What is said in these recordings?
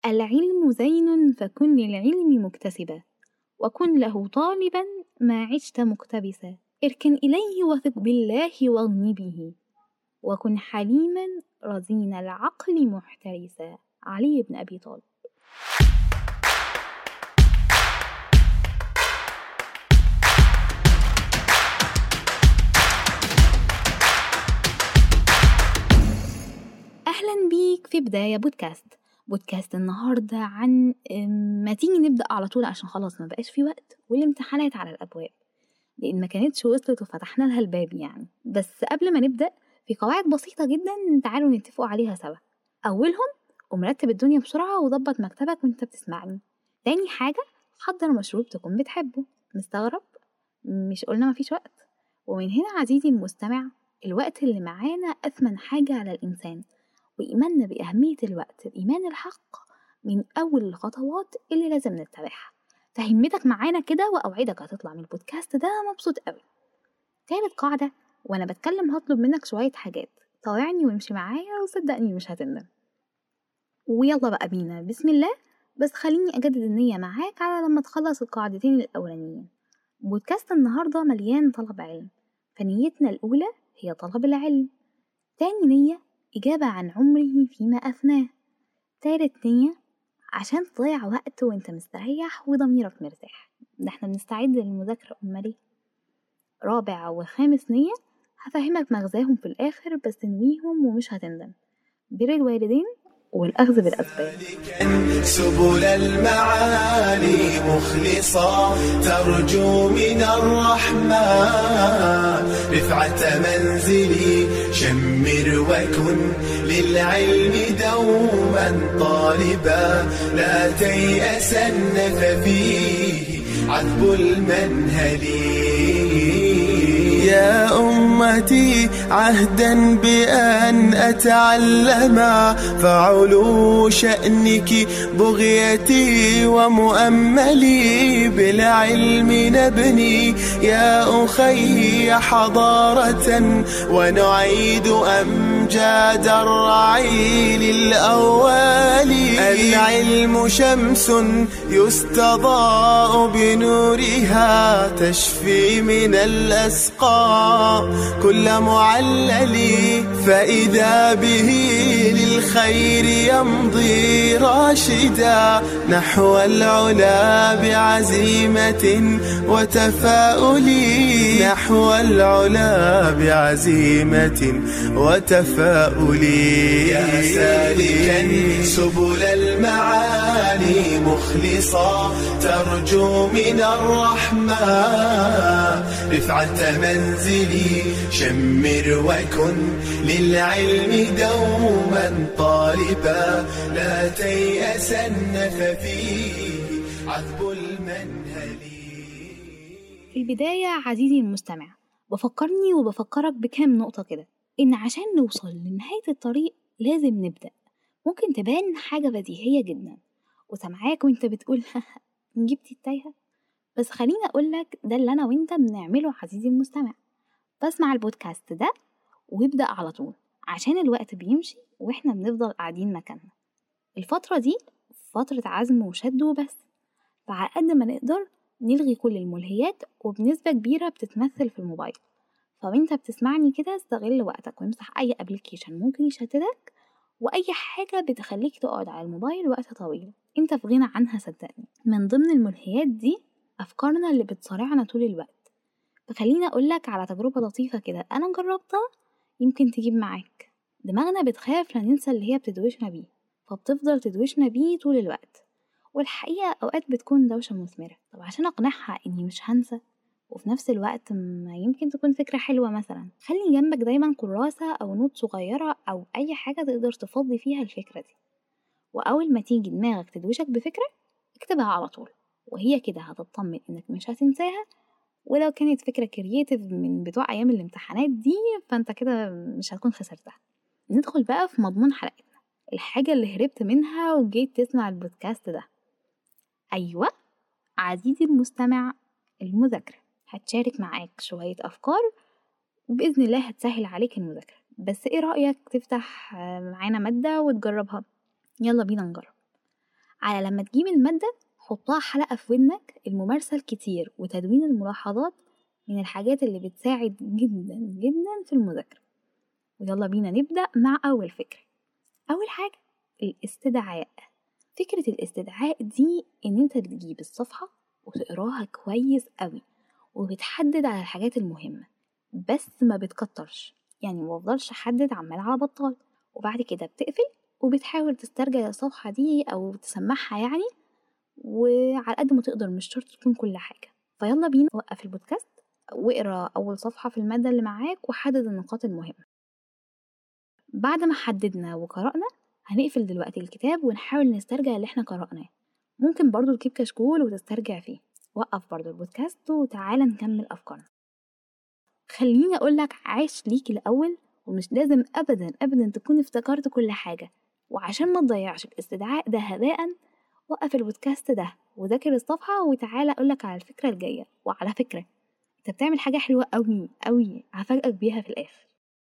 العلم زين فكن للعلم مكتسبا، وكن له طالبا ما عشت مقتبسا، اركن إليه وثق بالله واغن به، وكن حليما رزين العقل محترسا. علي بن أبي طالب. أهلا بيك في بداية بودكاست النهاردة عن ما تيجي نبدأ على طول عشان خلاص ما بقاش في وقت والامتحانات على الأبواب، لأن ما كانتش وصلت وفتحنا لها الباب يعني. بس قبل ما نبدأ في قواعد بسيطة جدا تعالوا نتفقوا عليها سوا. أولهم مرتب الدنيا بسرعة وضبط مكتبك وانت بتسمعني. تاني حاجة حضر مشروب تكون بتحبه. مستغرب؟ مش قلنا ما فيش وقت؟ ومن هنا عزيزي المستمع، الوقت اللي معانا أثمن حاجة على الإنسان، وإيماننا بأهمية الوقت الإيمان الحق من أول الخطوات اللي لازم نتبعها. فهمتك معانا كده وأوعدك هتطلع من البودكاست ده مبسوط قوي. تالت قاعدة، وأنا بتكلم هطلب منك شوية حاجات، طاوعني وامشي معايا وصدقني مش هتندم. ويلا بقى بينا بسم الله. بس خليني أجدد النية معاك على لما تخلص القاعدتين الأولانيين. بودكاست النهاردة مليان طلب علم، فنيتنا الأولى هي طلب العلم. تاني نية إجابة عن عمره فيما أفناه. تالت نية عشان تضيع وقت وانت مستريح وضميرك مرتاح، ده احنا بنستعد للمذاكرة أمالي. رابع وخامس نية هفهمك مغزاهم في الآخر، بس تنويهم ومش هتندم. بر الوالدين والأخذ بالأسباب. سبل المعالي مخلصا ترجو من الرحمن، رفعة منزلي شمر وكن للعلم دوما طالبا، لا تيأسن ففيه عذب المنهل. يا أمتي عهدا بأن أتعلم، فعلو شأنك بغيتي ومؤملي، بالعلم نبني يا أخي حضارة ونعيد أمجاد الرعيل الأول. العلم شمس يستضاء بنورها، تشفي من الأسقام كل معلل، فإذا به للخير يمضي راشدا، نحو العلا بعزيمة وتفاؤل، نحو العلا بعزيمة وتفاؤل. يا سالكا سبل المعالي مخلصا ترجو من الرحمن، رفعة منزلي شمر وكن للعلم دوما طالبا، لا تيأسن ففيه عذب المنهل. في البداية عزيزي المستمع بفكرني وبفكرك بكام نقطة كده، إن عشان نوصل لنهاية الطريق لازم نبدأ. ممكن تبان حاجة بديهية جدا وسمعاك وانت بتقول جبتي التايهة، بس خليني أقولك ده اللي أنا وانت بنعمله عزيزي المستمع. بسمع البودكاست ده وابدأ على طول، عشان الوقت بيمشي واحنا بنفضل قاعدين مكاننا. الفترة دي فترة عزم وشد وبس، فعلى قد ما نقدر نلغي كل الملهيات، وبنسبة كبيرة بتتمثل في الموبايل. فوانت بتسمعني كده استغل وقتك وامسح أي ابليكيشن ممكن يشتتك، وأي حاجة بتخليك تقعد على الموبايل وقت طويل انت في غنى عنها صدقني. من ضمن الملهيات دي أفكارنا اللي بتصارعنا طول الوقت. فخليني أقولك على تجربة لطيفة كده أنا جربتها يمكن تجيب معاك. دماغنا بتخاف لا ننسى اللي هي بتدوشنا بيه، فبتفضل تدوشنا بيه طول الوقت، والحقيقة أوقات بتكون دوشة مثمرة. طب عشان أقنعها إني مش هنسى وفي نفس الوقت ما يمكن تكون فكرة حلوة، مثلا خلي جنبك دايما كراسة أو نوت صغيرة أو أي حاجة تقدر تفضي فيها الفكرة دي، وأول ما تيجي دماغك تدوشك بفكرة اكتبها على طول، وهي كده هتطمن إنك مش هتنساها. ولو كانت فكرة كرياتيف من بتوع أيام الامتحانات دي فأنت كده مش هتكون خسرتها. ندخل بقى في مضمون حلقتنا، الحاجة اللي هربت منها وجيت تسمع البودكاست ده. أيوة عزيزي المستمع، المذاكرة هتشارك معاك شوية أفكار وبإذن الله هتسهل عليك المذاكرة. بس إيه رأيك تفتح معانا مادة وتجربها؟ يلا بينا نجرب. على لما تجيب المادة حطها حلقة في ودنك. الممارسة الكتير وتدوين الملاحظات من الحاجات اللي بتساعد جدا جدا في المذاكرة. ويلا بينا نبدأ مع أول فكرة. أول حاجة الاستدعاء. فكرة الاستدعاء دي إن أنت بتجيب الصفحة وتقراها كويس قوي وبتحدد على الحاجات المهمة بس ما بتكترش، يعني مبفضلش حدد عمال على بطال. وبعد كده بتقفل وبتحاول تسترجع الصفحة دي أو تسمعها يعني، وعلى قد ما تقدر مش شرط تكون كل حاجة. فيلا بينا وقف البودكاست واقرا أول صفحة في المادة اللي معاك وحدد النقاط المهمة. بعد ما حددنا وقرأنا هنقفل دلوقتي الكتاب ونحاول نسترجع اللي احنا قرأناه. ممكن برضو تجيب كشكول وتسترجع فيه. وقف برضو البودكاست وتعالى نكمل أفكارنا. خليني أقولك عاش ليك الأول، ومش لازم أبدا أبدا تكون افتكرت كل حاجة. وعشان ما تضيعش الاستدعاء ده هباء وقف البودكاست ده وذاكر الصفحة وتعالى أقولك على الفكرة الجاية. وعلى فكرة انت بتعمل حاجة حلوة قوي قوي هفاجئك بيها في الآخر.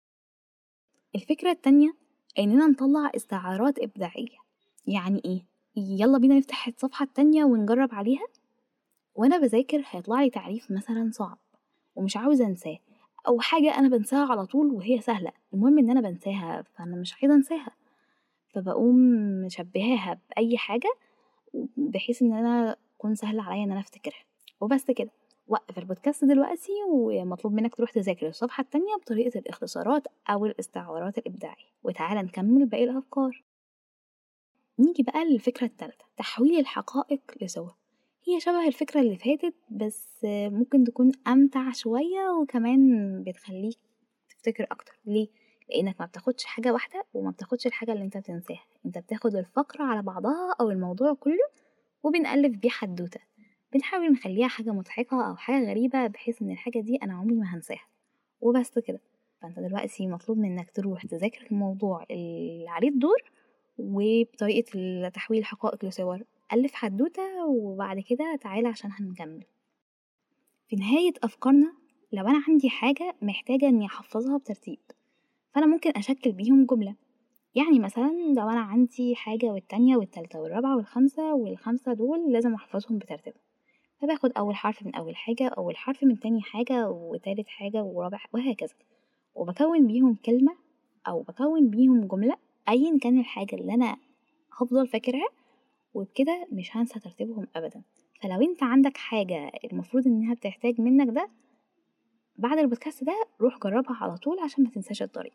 الفكرة التانية إننا نطلع استعارات إبداعية. يعني إيه؟ يلا بينا نفتح الصفحة التانية ونجرب عليها. وأنا بذاكر هيطلع لي تعريف مثلا صعب ومش عاوزة أنساه، أو حاجة أنا بنساها على طول وهي سهلة، المهم إن أنا بنساها فأنا مش عايزة أنساها، فبقوم مشبهاها بأي حاجة بحيث إن أنا تكون سهلة عليا إن أنا أفتكرها. وبس كده. وقف البودكاست دلوقتي ومطلوب منك تروح تذاكر الصفحة التانية بطريقة الاختصارات أو الاستعارات الإبداعية، وتعالى نكمل باقي الأفكار. نيجي بقى للفكرة الثالثة، تحويل الحقائق لصور. هي شبه الفكرة اللي فاتت بس ممكن تكون أمتع شوية وكمان بتخليك تفتكر أكتر. ليه؟ لأنك ما بتاخدش حاجة واحدة وما بتاخدش الحاجة اللي انت بتنساها، انت بتاخد الفقرة على بعضها أو الموضوع كله وبنألف بيه حدوتة. بنحاول نخليها حاجة مضحكة أو حاجة غريبة بحيث إن الحاجة دي أنا عمري ما هنساها. وبس كده. فأنت دلوقتي مطلوب منك تروح تذاكر الموضوع اللي عليه الدور وبطريقة تحويل الحقائق لصور. ألف حدوتة وبعد كده تعالى عشان هنكمل. في نهاية أفكارنا لو أنا عندي حاجة محتاجة إني أحفظها بترتيب فأنا ممكن أشكل بيهم جملة. يعني مثلا لو أنا عندي حاجة والتانية والتالتة والرابعة والخامسة والخمسة دول لازم أحفظهم بترتيب، فباخد أول حرف من أول حاجة، أول حرف من تاني حاجة وتالت حاجة ورابع وهكذا، وبكون بيهم كلمة أو بكون بيهم جملة أيا كان الحاجة اللي أنا هفضل فاكرها، وبكده مش هنسى ترتيبهم أبدا. فلو انت عندك حاجة المفروض انها بتحتاج منك ده بعد البودكاست ده روح جربها على طول عشان ما تنساش الطريق.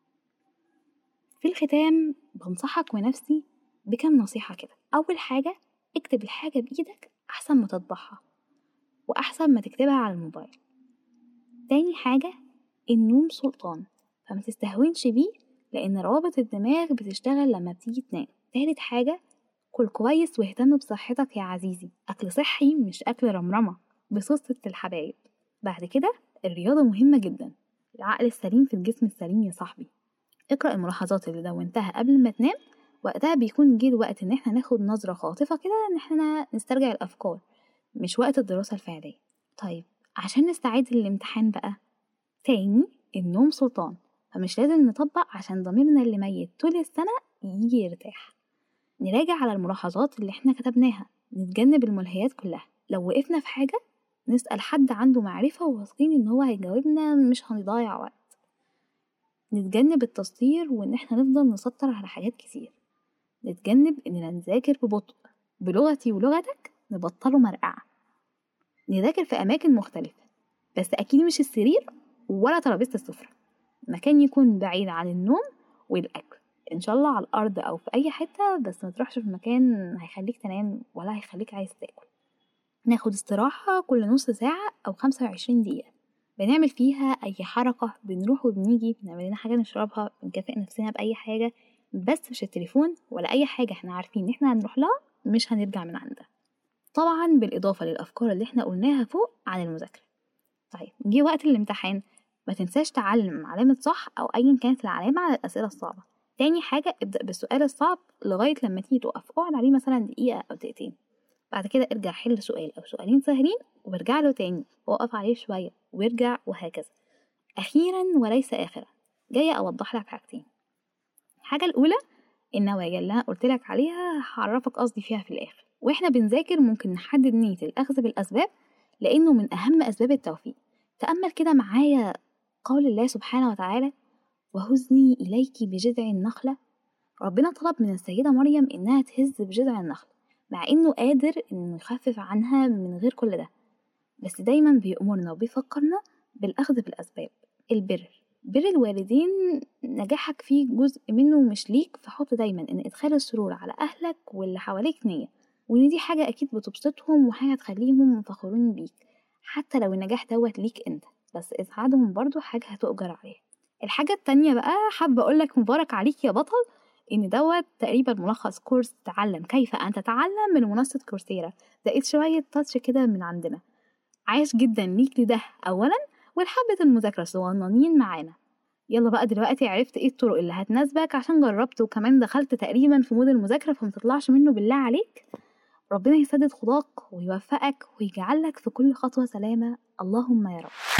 في الختام بنصحك ونفسي بكم نصيحة كده. أول حاجة اكتب الحاجة بإيدك أحسن ما تطبعها وأحسن ما تكتبها على الموبايل. تاني حاجة النوم سلطان فما تستهونش بيه لأن روابط الدماغ بتشتغل لما بتيجي تنام. تالت حاجة كل كويس واهتم بصحتك يا عزيزي، أكل صحي مش أكل رمرمة بصوصة الحبايب. بعد كده الرياضة مهمة جدا، العقل السليم في الجسم السليم يا صاحبي. اقرأ الملاحظات اللي دونتها قبل ما تنام، وقتها بيكون جه الوقت ان احنا ناخد نظرة خاطفة كده ان احنا نسترجع الأفكار، مش وقت الدراسة الفعلية. طيب عشان نستعد للامتحان بقى، تاني النوم سلطان فمش لازم نطبق عشان ضميرنا اللي ميت طول السنة يجي يرتاح. نراجع على الملاحظات اللي احنا كتبناها، نتجنب الملهيات كلها. لو وقفنا في حاجة نسأل حد عنده معرفة وواثقين ان هو هيجاوبنا مش هنضيع وقت. نتجنب التسطير وان احنا نفضل نسطر على حاجات كتير. نتجنب اننا نذاكر ببطء، بلغتي ولغتك نبطله مرقعة. نذاكر في اماكن مختلفة بس اكيد مش السرير ولا ترابيزة السفرة، مكان يكون بعيد عن النوم والاكل، ان شاء الله على الارض او في اي حتة بس ما تروحش في مكان هيخليك تنام ولا هيخليك عايز تاكل. ناخد استراحة كل نص ساعة او 25 دقيقة بنعمل فيها اي حركة، بنروح وبنيجي، بنعمل لنا حاجة نشربها، بنكافئ نفسنا باي حاجة بس مش التليفون ولا اي حاجة احنا عارفين ان احنا هنروح لها مش هنرجع من عندها، طبعا بالاضافة للافكار اللي احنا قلناها فوق عن المذاكرة. طيب جه وقت الامتحان ما تنساش تعلم علامة صح أو أيا كانت العلامة على الأسئلة الصعبة. تاني حاجة ابدأ بالسؤال الصعب لغاية لما تيجي تقف، اقعد عليه مثلا دقيقة أو دقيقتين، بعد كده ارجع حل سؤال أو سؤالين سهلين وارجع له تاني وقف عليه شوية وارجع وهكذا. أخيرا وليس آخرا جاية أوضح لك حاجتين. الحاجة الأولى النوايا اللي أنا قلتلك عليها هعرفك قصدي فيها في الآخر. وإحنا بنذاكر ممكن نحدد نية الأخذ بالأسباب لأنه من أهم أسباب التوفيق. تأمل كده معايا قول الله سبحانه وتعالى: وهزني إليك بجذع النخلة. ربنا طلب من السيدة مريم إنها تهز بجذع النخل، مع إنه قادر إنه يخفف عنها من غير كل ده، بس دايما بيأمرنا وبيفكرنا بالأخذ بالأسباب. بر الوالدين نجاحك فيه جزء منه مش ليك، فحط دايما إن إدخال السرور على أهلك واللي حواليك نية، وإن دي حاجة أكيد بتبسطهم وحاجة تخليهم فخورين بيك، حتى لو النجاح دوت ليك أنت، بس إسعادهم برضو حاجة هتؤجر عليها. الحاجة التانية بقى حابة أقولك مبارك عليك يا بطل، إن دوت تقريبا ملخص كورس تعلم كيف أن تتعلم من منصة كورسيرا، لقيت شوية تاتش كده من عندنا. عايش جدا ليك لده أولا، والحبة المذاكرة صغننين معانا. يلا بقى دلوقتي عرفت ايه الطرق اللي هتناسبك عشان جربت وكمان دخلت تقريبا في مود المذاكرة فمتطلعش منه بالله عليك. ربنا يسدد خطاك ويوفقك ويجعلك في كل خطوة سلامة، اللهم يا رب.